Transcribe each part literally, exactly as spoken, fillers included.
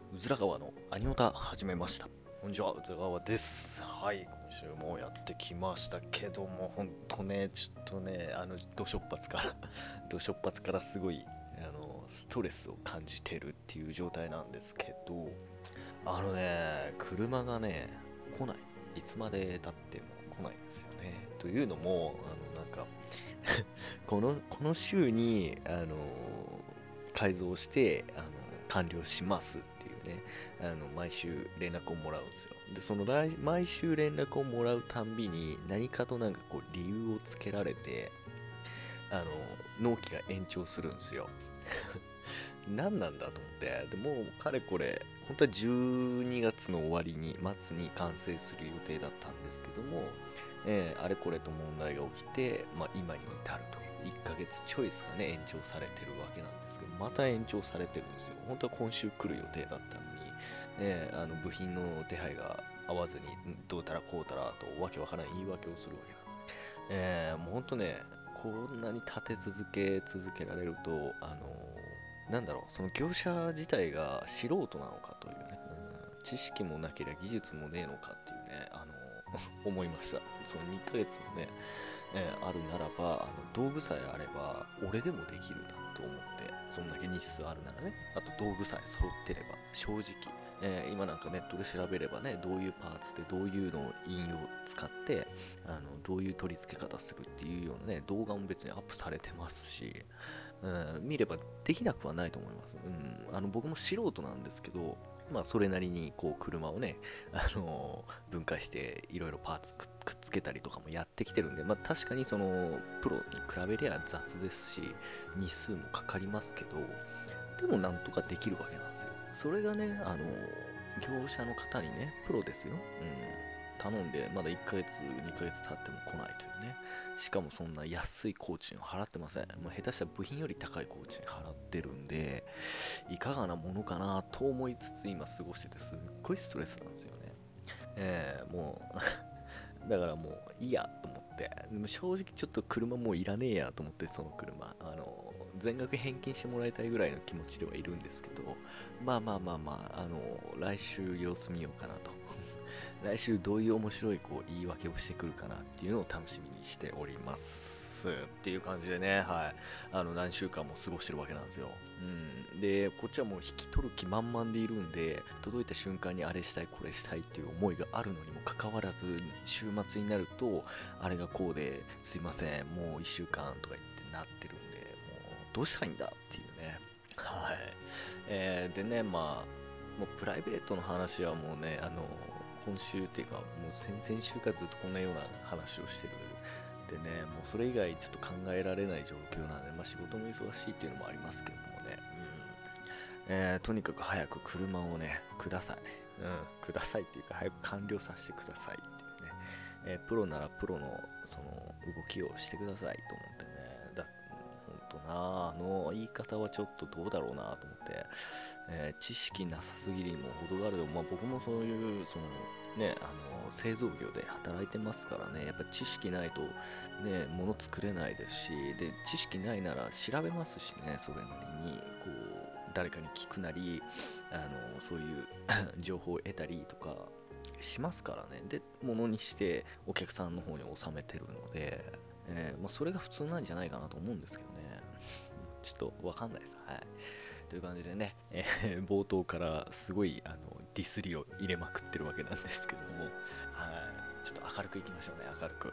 うずら川のアニオタ始めました。こんにちは、うずら川です。はい、今週もやってきましたけども、ほんとね、ちょっとね、あの、どしょっぱつからどしょっぱつからすごい、あの、ストレスを感じてるっていう状態なんですけど、あのね、車がね、来ない。いつまで経っても来ないんですよね。というのも、あの、なんかこの、この週に、あの、改造して、あの、完了しますっていうね、あの、毎週連絡をもらうんですよ。で、その来、毎週連絡をもらうたんびに、何かとなんかこう、理由をつけられて、あの、納期が延長するんですよ。何なんだと思って、でもうかれこれ、本当はじゅうにがつの終わりに、末に完成する予定だったんですけども、えーあれこれと問題が起きて、まあ、今に至るという、いっかげつちょいですかね、延長されてるわけなんですけど、また延長されてるんですよ。本当は今週来る予定だったのに、えーあの部品の手配が合わずに、んどうたらこうたらとわけわからない言い訳をするわけなんえー、もうほんとね、こんなに立て続け続けられると、あのーなんだろう、その業者自体が素人なのかというね、うん、知識もなければ技術もねえのかっていうね、あのー思いました。そのにかげつもね、えーあるならば、あの道具さえあれば、俺でもできるなと思って、そんだけ日数あるならね、あと道具さえ揃ってれば、正直、えー今なんかネットで調べればね、どういうパーツでどういうのを引用使って、あのどういう取り付け方するっていうようなね、動画も別にアップされてますし、うん、見ればできなくはないと思います。うん、あの僕も素人なんですけど、まあそれなりにこう車をね、あのー分解していろいろパーツくくっつけたりとかもやってきてるんで、まあ確かにそのプロに比べりゃ雑ですし、日数もかかりますけど、でもなんとかできるわけなんですよ。それがね、あの業者の方にね、プロですよ。うん。頼んで、まだいっかげつ、にかげつ経っても来ないというね。しかもそんな安い工賃を払ってません。もう下手したら部品より高い工賃払ってるんで、いかがなものかなと思いつつ今過ごしててすっごいストレスなんですよね。えー、もうだからもういいやと思って、でも正直ちょっと車もういらねえやと思って、その車、あの、全額返金してもらいたいぐらいの気持ちではいるんですけど、まあまあまあまあ、あの、来週様子見ようかなと。来週どういう面白いこう言い訳をしてくるかなっていうのを楽しみにしております。っていう感じでね、はい。あの、何週間も過ごしてるわけなんですよ。うん。で、こっちはもう引き取る気満々でいるんで、届いた瞬間にあれしたい、これしたいっていう思いがあるのにもかかわらず、週末になると、あれがこうで、すいません、もういっしゅうかんとか言ってなってるんで、もう、どうしたらいいんだっていうね。はい。えー、でね、まあ、もうプライベートの話はもうね、あの、今週っていうか、もう先々週からずっとこんなような話をしてる。でね、もうそれ以外ちょっと考えられない状況なんで、まあ仕事も忙しいっていうのもありますけどもね、うん。えー、とにかく早く車をね、ください。うん、くださいっていうか、早く完了させてくださいっていうね。えープロならプロのその動きをしてくださいと思ってね。だ、ほんとなあの言い方はちょっとどうだろうなと思って、えー知識なさすぎにも程があるでも、まあ、僕もそういうそのねあの製造業で働いてますからね、やっぱ知識ないとね物作れないですし、で知識ないなら調べますしね、それなりにこう誰かに聞くなり、あのそういう情報を得たりとかしますからね。で物にしてお客さんの方に収めてるので、えーまあ、それが普通なんじゃないかなと思うんですけどね。ちょっとわかんないです。はい。という感じでね、えー冒頭からすごいあのディスりを入れまくってるわけなんですけども、はい、ちょっと明るくいきましょうね、明るく。はい、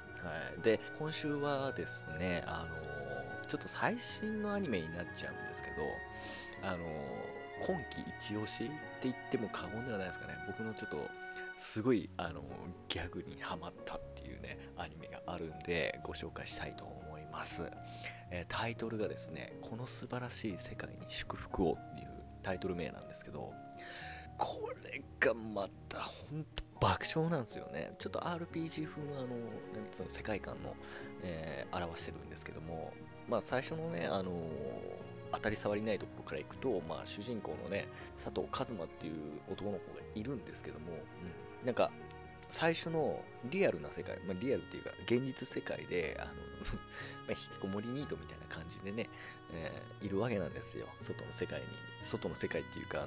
で、今週はですね、あのーちょっと最新のアニメになっちゃうんですけど、あのー今季一押しって言っても過言ではないですかね。僕のちょっとすごい、あのーギャグにハマったっていうね、アニメがあるんで、ご紹介したいと思います。えータイトルがですね、この素晴らしい世界に祝福をっていうタイトル名なんですけど、これがまたほんと爆笑なんですよね。ちょっと アールピージー 風のあの、なんつうの、世界観の、えー表してるんですけども、まあ最初のね、あのー当たり障りないところからいくと、まあ主人公のね、佐藤一馬っていう男の子がいるんですけども、うん、なんか最初のリアルな世界、まあ、リアルっていうか現実世界であのまあ引きこもりニートみたいな感じでね、えーいるわけなんですよ、外の世界に。外の世界っていうかあの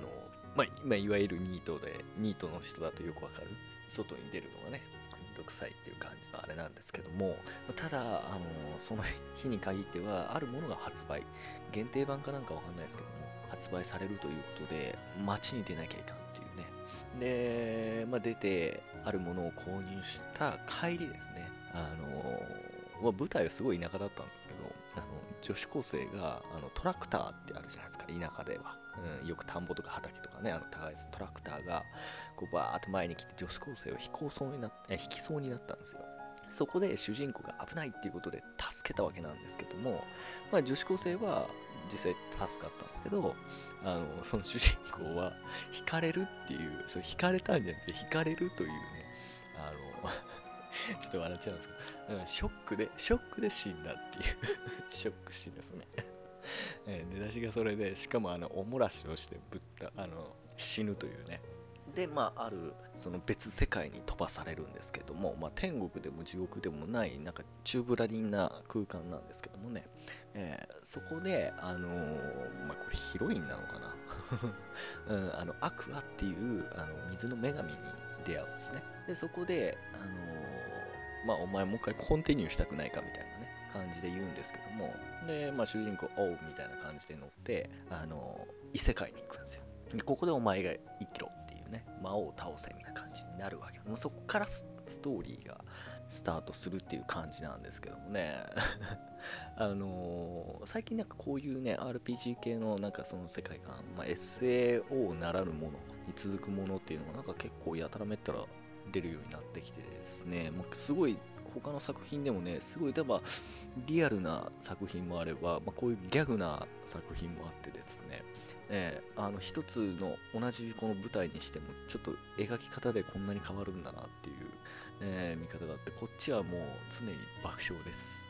まあ、今いわゆるニートで、ニートの人だとよくわかる、外に出るのがね、めんどくさいっていう感じのあれなんですけども、ただ、あのその日に限っては、あるものが発売、限定版かなんかわかんないですけども、発売されるということで、街に出なきゃいかんっていうね。で、まあ、出て、あるものを購入した帰りですね、あのまあ、舞台はすごい田舎だったんですけど、あの女子高生があのトラクターってあるじゃないですか、田舎では。うん、よく田んぼとか畑とかね、あの高いトラクターがこうバーって前に来て女子高生を引こうそうになっ引きそうになったんですよ。そこで主人公が危ないっていうことで助けたわけなんですけども、まあ、女子高生は実際助かったんですけど、あのその主人公は引かれるっていう、それ引かれたんじゃなくて引かれるというね、あのちょっと笑っちゃうんですけど、うん、ショックで、ショックで死んだっていうショック死ですね。えー出だしがそれで、しかもあのおもらしをしてぶったあの死ぬというね。で、まあ、あるその別世界に飛ばされるんですけども、まあ、天国でも地獄でもないなんか中ブラリンな空間なんですけどもね、えーそこで、あのーまあ、これヒロインなのかな、うん、あのアクアっていうあの水の女神に出会うんですね。でそこで、あのーまあ、お前もう一回コンティニューしたくないかみたいなね感じで言うんですけども、で、まあ、主人公おうみたいな感じで乗って、あのー異世界に行くんですよ。でここでお前が生きろっていうね、魔王を倒せみたいな感じになるわけ。もうそこからストーリーがスタートするっていう感じなんですけどもねあのー最近なんかこういうね アールピージー 系のなんかその世界観、まあ、エスエーオー ならぬものに続くものっていうのがなんか結構やたらめったら出るようになってきてですね、もうすごい他の作品でもね、すごい例えばリアルな作品もあれば、まあ、こういうギャグな作品もあってですね、えーあの一つの同じこの舞台にしてもちょっと描き方でこんなに変わるんだなっていう、えー見方があって、こっちはもう常に爆笑です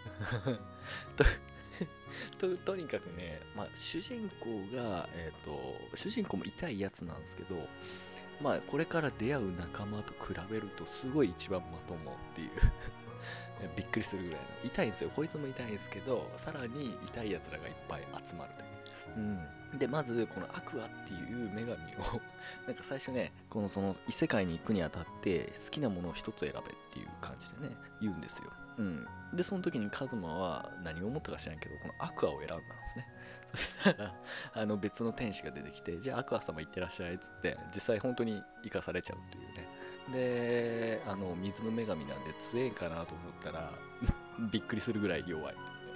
とととにかくね、まあ、主人公が、えーと、主人公も痛いやつなんですけど、まあ、これから出会う仲間と比べるとすごい一番まともっていうびっくりするぐらいの痛いんですよ。こいつも痛いんですけど、さらに痛いやつらがいっぱい集まるという。うん、でまずこのアクアっていう女神をなんか最初ね、このその異世界に行くにあたって好きなものを一つ選べっていう感じでね言うんですよ。うん、でその時にカズマは何を思ったか知らんけどこのアクアを選んだんですね。そしたらあの別の天使が出てきて、じゃあアクア様行ってらっしゃいっつって実際本当に生かされちゃうというね。であの水の女神なんで強えんかなと思ったらびっくりするぐらい弱い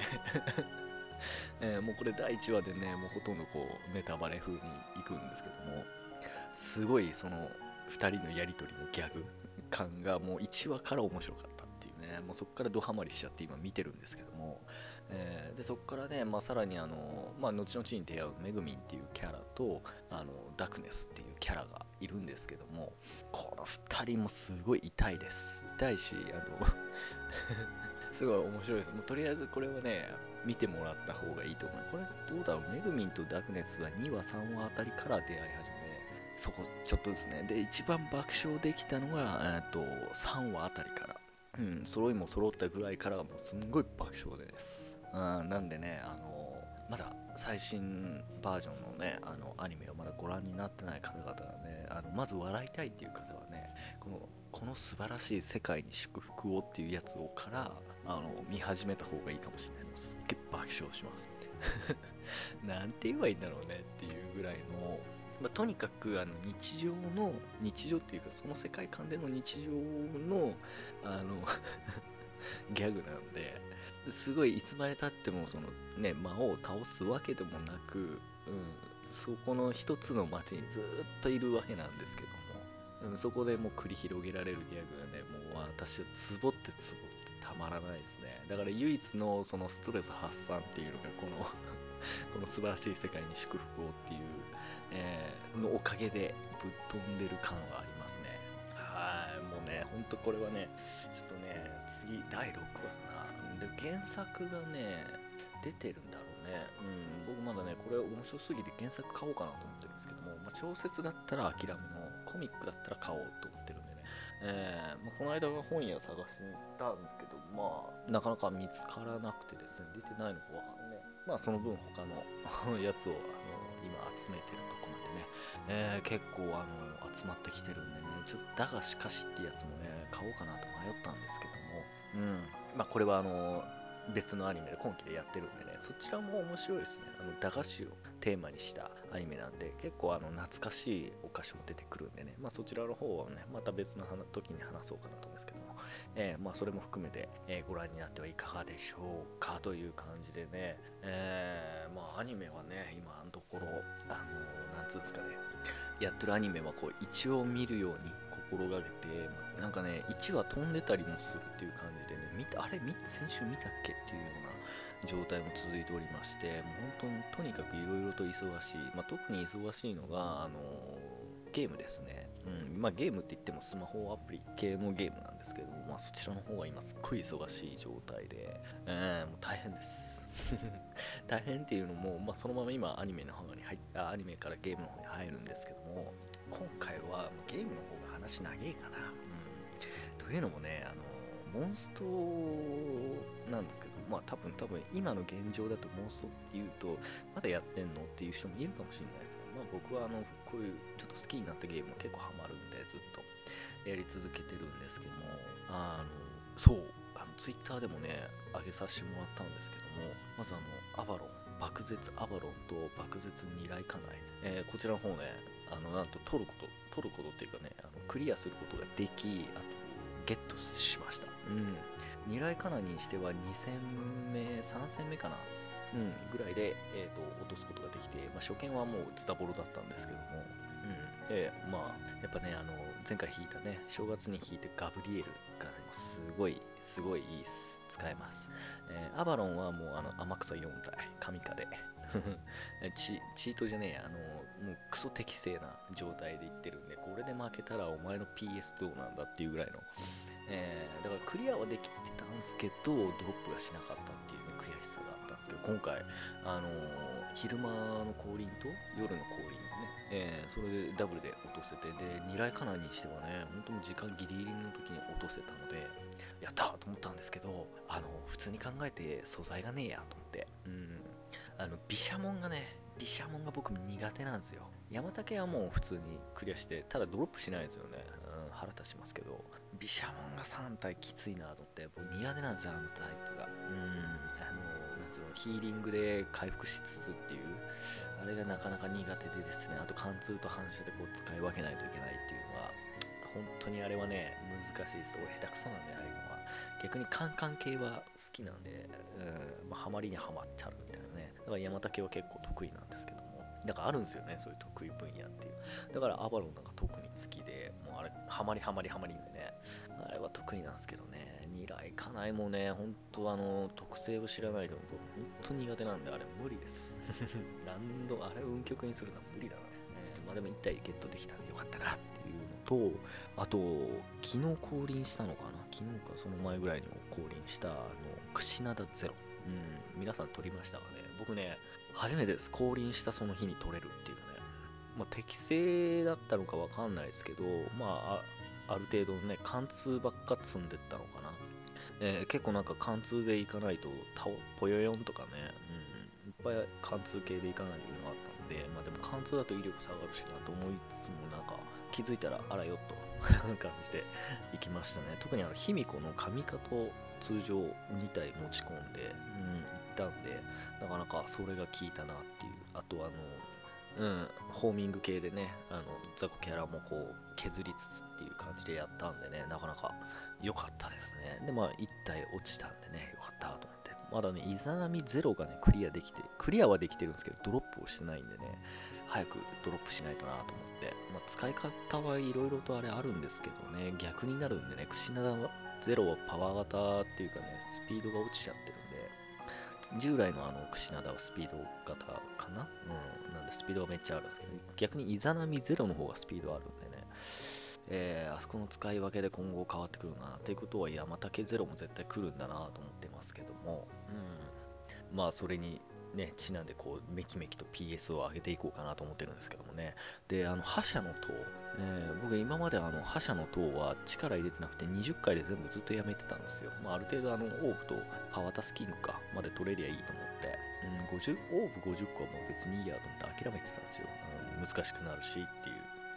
えーもうこれだいいちわでね、もうほとんどこうネタバレ風にいくんですけども、すごいそのふたりのやり取りのギャグ感がもういちわから面白かったっていうね、もうそこからドハマりしちゃって今見てるんですけども、えーでそこからね、まあ、さらにあの、まあ、後々に出会うメグミンっていうキャラとあのダクネスっていうキャラがいるんですけども、このふたりもすごい痛いです痛いし、あのすごい面白いです。もうとりあえずこれはね、見てもらった方がいいと思う。これどうだろう、メグミンとダークネスはにわさんわあたりから出会い始め、そこちょっとですね。で一番爆笑できたのが、えー、とさんわあたりから、うん、揃いも揃ったぐらいからがもうすんごい爆笑です。うん、なんでね、あのまだ最新バージョンのね、あのアニメをまだご覧になってない方々がね、あのまず笑いたいっていう方はね、このこの素晴らしい世界に祝福をっていうやつをからあの見始めた方がいいかもしれない。もうすっげえ爆笑しますなんて言えばいいんだろうねっていうぐらいの、まあ、とにかくあの日常の日常っていうかその世界観での日常のあのギャグなんで、すごいいつまでたってもそのね魔王を倒すわけでもなく、うん、そこの一つの街にずっといるわけなんですけども、うん、そこでもう繰り広げられるギャグがね、もう私はツボってツボってたまらないですね。だから唯一のそのストレス発散っていうのがこのこの素晴らしい世界に祝福をっていう、えーのおかげでぶっ飛んでる感はありますね。はい、もうね、ほんとこれはね、ちょっとね、次だいろくわかな。で、原作がね、出てるんだろうね。うん、僕まだね、これ面白すぎて原作買おうかなと思ってるんですけども、まあ、小説だったら諦めの、コミックだったら買おうと思ってるんでね、 えーまあ、この間本屋探しに行ったんですけど、まあ、なかなか見つからなくてですね、出てないのかわかんない。まあ、その分他のやつをあの今集めてるとこなんでね、えー結構あの集まってきてるんでね、ちょっとだがしかしってやつもね、買おうかなと迷ったんですけども、うん、まあ、これはあの別のアニメで今期でやってるんでね、そちらも面白いですね。あの駄菓子をテーマにしたアニメなんで、結構あの懐かしいお菓子も出てくるんでね、まあ、そちらの方はね、また別の時に話そうかなと思うんですけども、えーまあ、それも含めて、えーご覧になってはいかがでしょうかという感じでね、えーまあ、アニメはね、今のところ、あのなんつうんですかね、やってるアニメはこう一応見るように心がけて、なんかね、いちわ飛んでたりもするっていう感じでね、見たあれ見先週見たっけっていうような状態も続いておりまして、もう本当にとにかくいろいろと忙しい、まあ、特に忙しいのが、あのゲームですね。うん、まあゲームって言ってもスマホアプリ系のゲームなんですけども、まあ、そちらの方が今すっごい忙しい状態で、えー、もう大変です。大変っていうのも、まあ、そのまま今アニメの方に入ったアニメからゲームの方に入るんですけども、今回はゲームの方が話長えかな。うん、というのもね、あのモンストなんですけど、まあ多分多分今の現状だとモンストっていうと、まだやってんのっていう人もいるかもしれないですが、まあ僕はあのこういうちょっと好きになったゲームも結構ハマるんで、ずっとやり続けてるんですけども、あのそう、あのツイッターでもね、上げさせてもらったんですけども、まずあのアバロン、爆絶アバロンと爆絶二来家内、えーこちらの方ね、あのなんと取ること、取ることっていうかね、あのクリアすることができ、あとゲットしました。うん。二来カナにしてはに戦目、さん戦目かな、うん、ぐらいで、えーと落とすことができて、まあ、初見はもうズタボロだったんですけども、うん、で、まあ、やっぱね、あの、前回引いたね、正月に引いてガブリエルがね、すごい、すごいいいっす。使えます。えーアバロンはもうあの天草よん体、神化でチ、チートじゃねえ、あの、もうクソ適正な状態でいってるんで、これで負けたらお前の ピーエス どうなんだっていうぐらいの、えーだからクリアはできてたんですけど、ドロップがしなかったっていうね、悔しさがあったんですけど、今回、あのー昼間の降臨と夜の降臨ですね、えーそれでダブルで落とせて、で、二来カナにしてはね、本当に時間ギリギリの時に落とせたので、やったーと思ったんですけど、あの普通に考えて素材がねえやと思って、うん、あの、毘沙門がね、毘沙門が僕苦手なんですよ。山竹はもう普通にクリアして、ただドロップしないですよね。うん、腹立ちますけど、毘沙門がさん体きついなと思って、僕苦手なんですよ、あのタイプが。うん、あの、なんつうの、ヒーリングで回復しつつっていう、あれがなかなか苦手でですね、あと貫通と反射でこう使い分けないといけないっていうのは、本当にあれはね、難しいです。俺下手くそなんで、ああいうのは。逆にカンカン系は好きなんで、うん、まあ、ハマりにはまっちゃうみたいなね。だから山竹は結構得意なんですけども。だからあるんですよね、そういう得意分野っていう。だからアバロンなんか特に好きで、もうあれ、ハマりハマりハマりんでね、あれは得意なんですけどね、二来家内もね、本当あの、特性を知らないと、僕、本当苦手なんで、あれ無理です。何度、あれを運極にするのは無理だな。えーまあでもいち体ゲットできたんでよかったなっていうのと、あと、昨日降臨したのかな、昨日かその前ぐらいに降臨した、あの、串灘ゼロ。うん、皆さん取りましたかね。僕ね、初めてです。降臨したその日に取れるっていうのね。まあ、適正だったのかわかんないですけど、まあ、あある程度ね、貫通ばっか積んでったのかな。えー結構なんか貫通でいかないと、タオポヨヨンとかね、うん、いっぱい貫通系でいかないというのがあったんで、まあでも貫通だと威力下がるしなと思いつつも、なんか気づいたら、あらよっと感じで行きましたね。特にあの、卑弥呼の神化と通常に体持ち込んで、うん、行ったんで、なかなかそれが効いたなっていう。あとあの、うん、ホーミング系でね、あの雑魚キャラもこう削りつつっていう感じでやったんでね、なかなか良かったですね。で、まあ、いち体落ちたんでね、良かったと思って。まだね、イザナミゼロがね、クリアできて、クリアはできてるんですけど、ドロップをしてないんでね、早くドロップしないとなと思って、まあ、使い方はいろいろとあれあるんですけどね、逆になるんでね、クシナダゼロはパワー型っていうかね、スピードが落ちちゃってるんで、従来のあのクシナダはスピード型かな、うん、なんでスピードがめっちゃあるんですけど、逆にイザナミゼロの方がスピードあるんでね、えーあそこの使い分けで今後変わってくるなということは、山竹ゼロも絶対来るんだなと思ってますけども、うん、 まあそれにね、ちなんでこうメキメキと ピーエス を上げていこうかなと思ってるんですけどもね。で、あの覇者の塔、えー僕今まであの覇者の塔は力入れてなくてにじゅっかいで全部ずっとやめてたんですよ。まあ、ある程度あのオーブとパワタスキングかまで取れりゃいいと思って、うん、ごじゅうオーブごじゅっこはもう別にいいやと思って諦めてたんですよ。うん、難しくなるしっていう。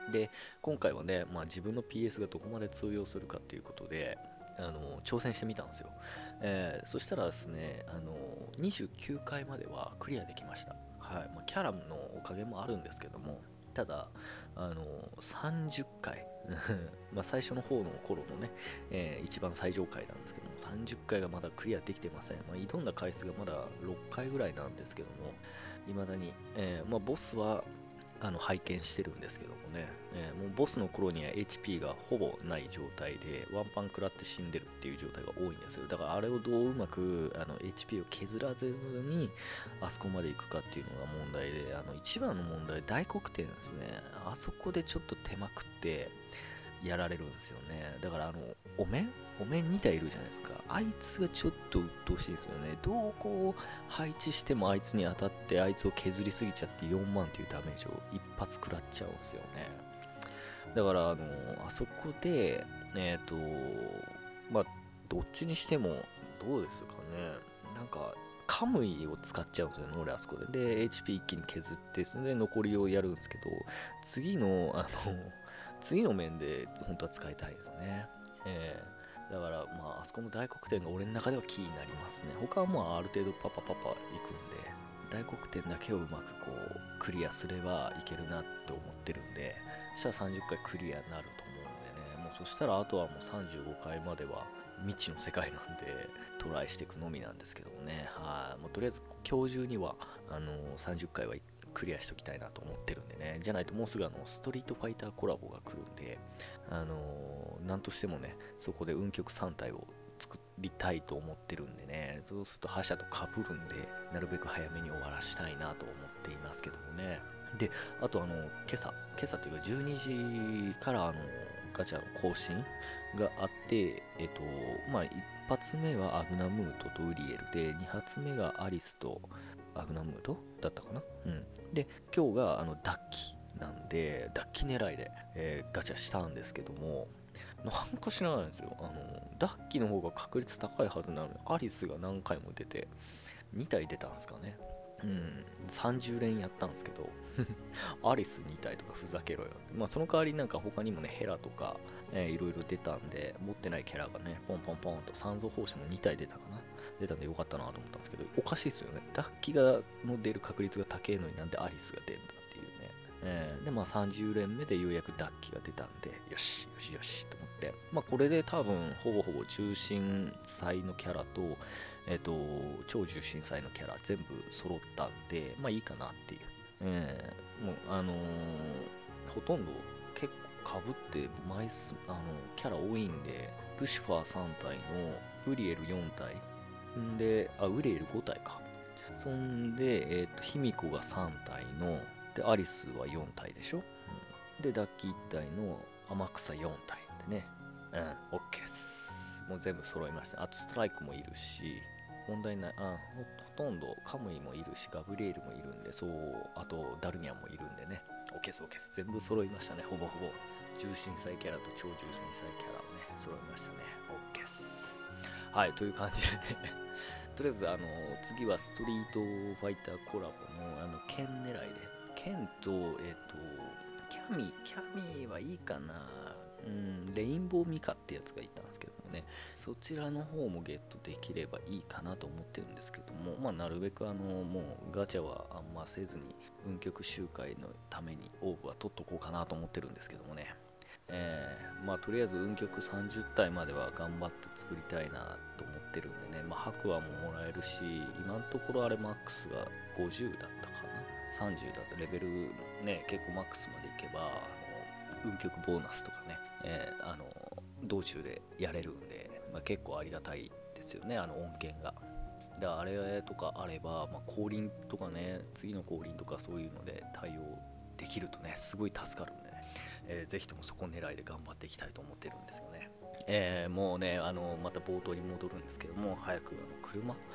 で、今回はね、まあ、自分の ピーエス がどこまで通用するかっていうことで、あの挑戦してみたんですよ。えーそしたらですね、あのにじゅうきゅうかいまではクリアできました。はい。まあ、キャラのおかげもあるんですけども、ただ、あのさんじゅっかい、まあ最初の方の頃のね、えー一番最上階なんですけども、さんじゅっかいがまだクリアできてません。まあ、挑んだ回数がまだろっかいぐらいなんですけども、未だに、えーまあ、ボスはあの拝見してるんですけどもね、えーもうボスの頃には エイチピー がほぼない状態でワンパン食らって死んでるっていう状態が多いんですよ。だからあれをどううまくあの エイチピー を削らせずにあそこまで行くかっていうのが問題で、あの一番の問題、大黒天ですね。あそこでちょっと手間食ってやられるんですよね。だからあのお面お面に体いるじゃないですか。あいつがちょっと鬱陶しいですよね。どうこう配置してもあいつに当たってあいつを削りすぎちゃってよんまんっていうダメージを一発食らっちゃうんですよね。だからあのあそこでえっ、とまあどっちにしてもどうですかね。なんかカムイを使っちゃうんですよね、俺あそこで。で、エイチピー 一気に削って、それで残りをやるんですけど、次の、あの、次の面で本当は使いたいですね。えー、だから、まあ、あそこの大黒天が俺の中ではキーになりますね。他はまあ、ある程度パパパパいくんで、大黒天だけをうまくこう、クリアすればいけるなって思ってるんで、そしたらさんじゅっかいクリアになると思うのでね、もうそしたらあとはもうさんじゅうごかいまでは未知の世界なんで、トライしていくのみなんですけどもね、はい、もうとりあえず今日中には、あのー、さんじゅっかいはクリアしときたいなと思ってるんでね、じゃないともうすぐあのストリートファイターコラボが来るんで、あのー、なんとしてもね、そこで運極さん体を作りたいと思ってるんでね、そうすると覇者と被るんで、なるべく早めに終わらしたいなと思っていますけどもね。で、あとあの、今朝、今朝というかじゅうにじからあの、ガチャの更新があって、えっと、まあ、一発目はアグナムートとウリエルで、二発目がアリスとアグナムートだったかな。うん。で、今日があの、ダッキなんで、ダッキ狙いで、えーガチャしたんですけども、なんか知らないんですよ。あの、ダッキの方が確率高いはずなのに、アリスが何回も出て、に体出たんですかね。うん、さんじゅう連やったんですけど、アリスに体とかふざけろよ。まあ、その代わりなんか他にもね、ヘラとか、えーいろいろ出たんで、持ってないキャラがね、ポンポンポンと三蔵法師もに体出たかな。出たんでよかったなと思ったんですけど、おかしいですよね。ダッキがの出る確率が高いのになんでアリスが出るんだっていうね。えーで、まあさんじゅう連目でようやくダッキが出たんで、よし、よしよしと思って、まあこれで多分、ほぼほぼ中心祭のキャラと、えっ、と、超重心祭のキャラ全部揃ったんで、まあいいかなっていう。えーもう、あのーほとんど結構被って枚数、あの、キャラ多いんで、ルシファーさん体のウリエルよん体、んで、あ、ウリエルご体か。そんで、えっ、と、卑弥呼がさん体の、で、アリスはよん体でしょ、うん、で、ダッキーいち体の天草よん体でね。うん、OK です。もう全部揃いました。あとストライクもいるし、問題ない。あほ、ほとんどカムイもいるし、ガブリエルもいるんで、そう、あとダルニャンもいるんでね。OK です、OK です。全部揃いましたね、ほぼほぼ。重心祭キャラと超重心祭キャラをね、揃いましたね。OK です。はい、という感じでね。とりあえず、あの、次はストリートファイターコラボの、あの、剣狙いで。剣と、えっ、と、キャミ、キャミはいいかな。うん、レインボーミカってやつがいたんですけどもね、そちらの方もゲットできればいいかなと思ってるんですけども、まあ、なるべくあの、もうガチャはあんませずに、運極周回のためにオーブは取っとこうかなと思ってるんですけどもね。えー、まあとりあえず運極さんじゅう体までは頑張って作りたいなと思ってるんでね、まあ白亜ももらえるし、今のところあれマックスがごじゅうだったかな、さんじゅうだったレベルね、結構マックスまでいけば、あの運極ボーナスとかね、えーあの道中でやれるんで、まあ、結構ありがたいですよね、あの音源が。であれとかあれば、まあ、降臨とかね、次の降臨とかそういうので対応できるとね、すごい助かるんでね、えーぜひともそこ狙いで頑張っていきたいと思ってるんですよね。えーもうね、あのまた冒頭に戻るんですけども、早くあの車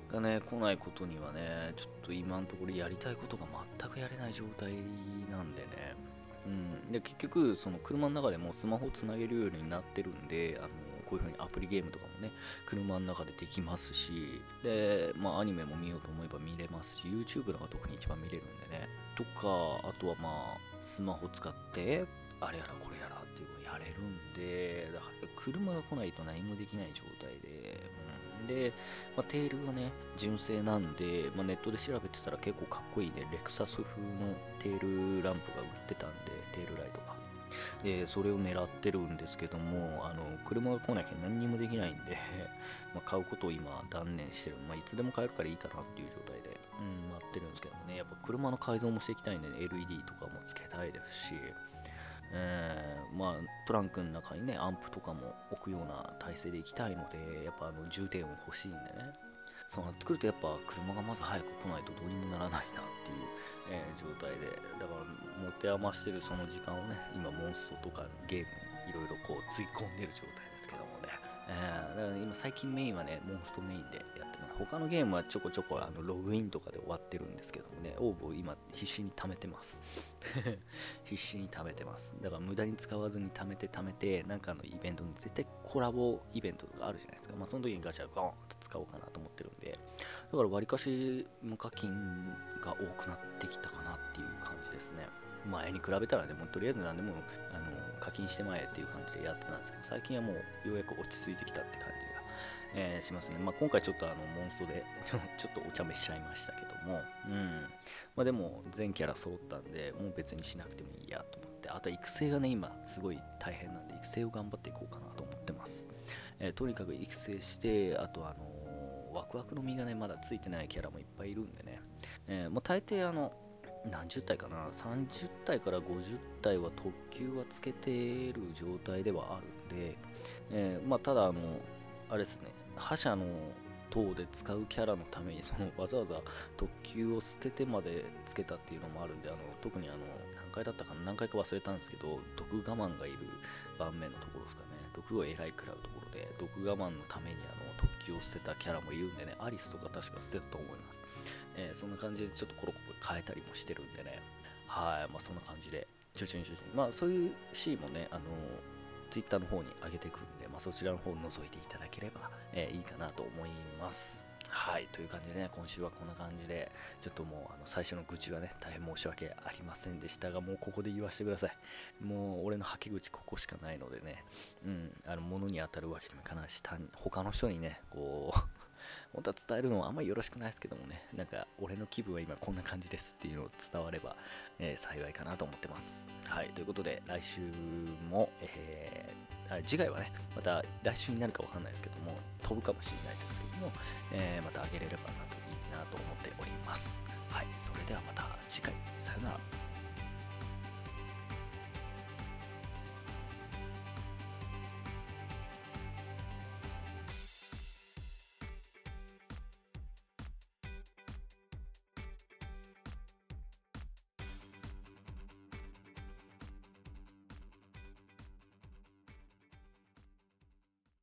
がね来ないことにはね、ちょっと今のところやりたいことが全くやれない状態なんでね。うん、で結局その車の中でもスマホをつなげるようになってるんで、あのこういう風にアプリゲームとかもね車の中でできますし、でまあアニメも見ようと思えば見れますし、 YouTube なんか特に一番見れるんでね、とかあとはまあスマホ使ってあれやらこれやらっていうのをやれるんで、だから車が来ないと何もできない状態で、うん、で、まあ、テールがね純正なんで、まあ、ネットで調べてたら結構かっこいいねレクサス風のテールランプが売ってたんで、テールライトがでそれを狙ってるんですけども、あの車が来なきゃ何にもできないんでまあ買うことを今断念してる、まあ、いつでも買えるからいいかなっていう状態で、うん、待ってるんですけどもね、やっぱ車の改造もしていきたいんで、ね、エルイーディー とかもつけたいですし、えー、まあトランクの中にねアンプとかも置くような体勢で行きたいので、やっぱあの充電音欲しいんでね、そうなってくるとやっぱ車がまず早く来ないとどうにもならないなっていう、えー状態で、だから持て余してるその時間をね今モンストとかゲームにいろいろこうつぎ込んでる状態ですけどもね、えーだから今最近メインはねモンストメインでやってます。他のゲームはちょこちょこあのログインとかで終わってるんですけどもね、応募を今必死に貯めてます必死に貯めてます。だから無駄に使わずに貯めて貯めて、なんかのイベントに絶対コラボイベントとかあるじゃないですか。まあその時にガチャをゴーンと使おうかなと思ってるんで、だからわりかし無課金が多くなってきたかなっていう感じですね。前に比べたらね、もうとりあえず何でもあの課金してまえっていう感じでやってたんですけど、最近はもうようやく落ち着いてきたって感じが、えーしますね。まあ、今回ちょっとあのモンストでちょちょっとお茶目しちゃいましたけども、うん。まあでも全キャラ揃ったんで、もう別にしなくてもいいやと思って、あと育成がね、今すごい大変なんで、育成を頑張っていこうかなと思ってます。えーとにかく育成して、あとあのーワクワクの実がね、まだついてないキャラもいっぱいいるんでね、えーもう大抵あの、何十体かな、さんじゅう体からごじゅう体は特急はつけてる状態ではあるんで、えーまあ、ただあの、あれですね、覇者の等で使うキャラのためにそのわざわざ特急を捨ててまでつけたっていうのもあるんで、あの特にあの何回だったかな、何回か忘れたんですけど、毒我慢がいる盤面のところですかね、毒をえらい食らうところで、毒我慢のためにあの特急を捨てたキャラもいるんでね、アリスとか確か捨てたと思います。えーそんな感じでちょっとコロコロ変えたりもしてるんでね、はい、まあそんな感じで、徐々に徐々に、まあそういうシーンもね、あのツイッターの方に上げていくんで、まあ、そちらの方を覗いていただければ、えーいいかなと思います。はい、という感じでね、今週はこんな感じで、ちょっともうあの最初の愚痴はね、大変申し訳ありませんでしたが、もうここで言わせてください。もう俺の吐き口ここしかないのでね、うん、あの物に当たるわけにもいかないし、単他の人にね、こう、本当は伝えるのはあんまりよろしくないですけどもね、なんか俺の気分は今こんな感じですっていうのを伝われば、えー幸いかなと思ってます。はい、ということで来週も、えーあ次回はね、また来週になるかわかんないですけども、飛ぶかもしれないですけども、えーまたあげれればなといいなと思っております。はい、それではまた次回、さよなら。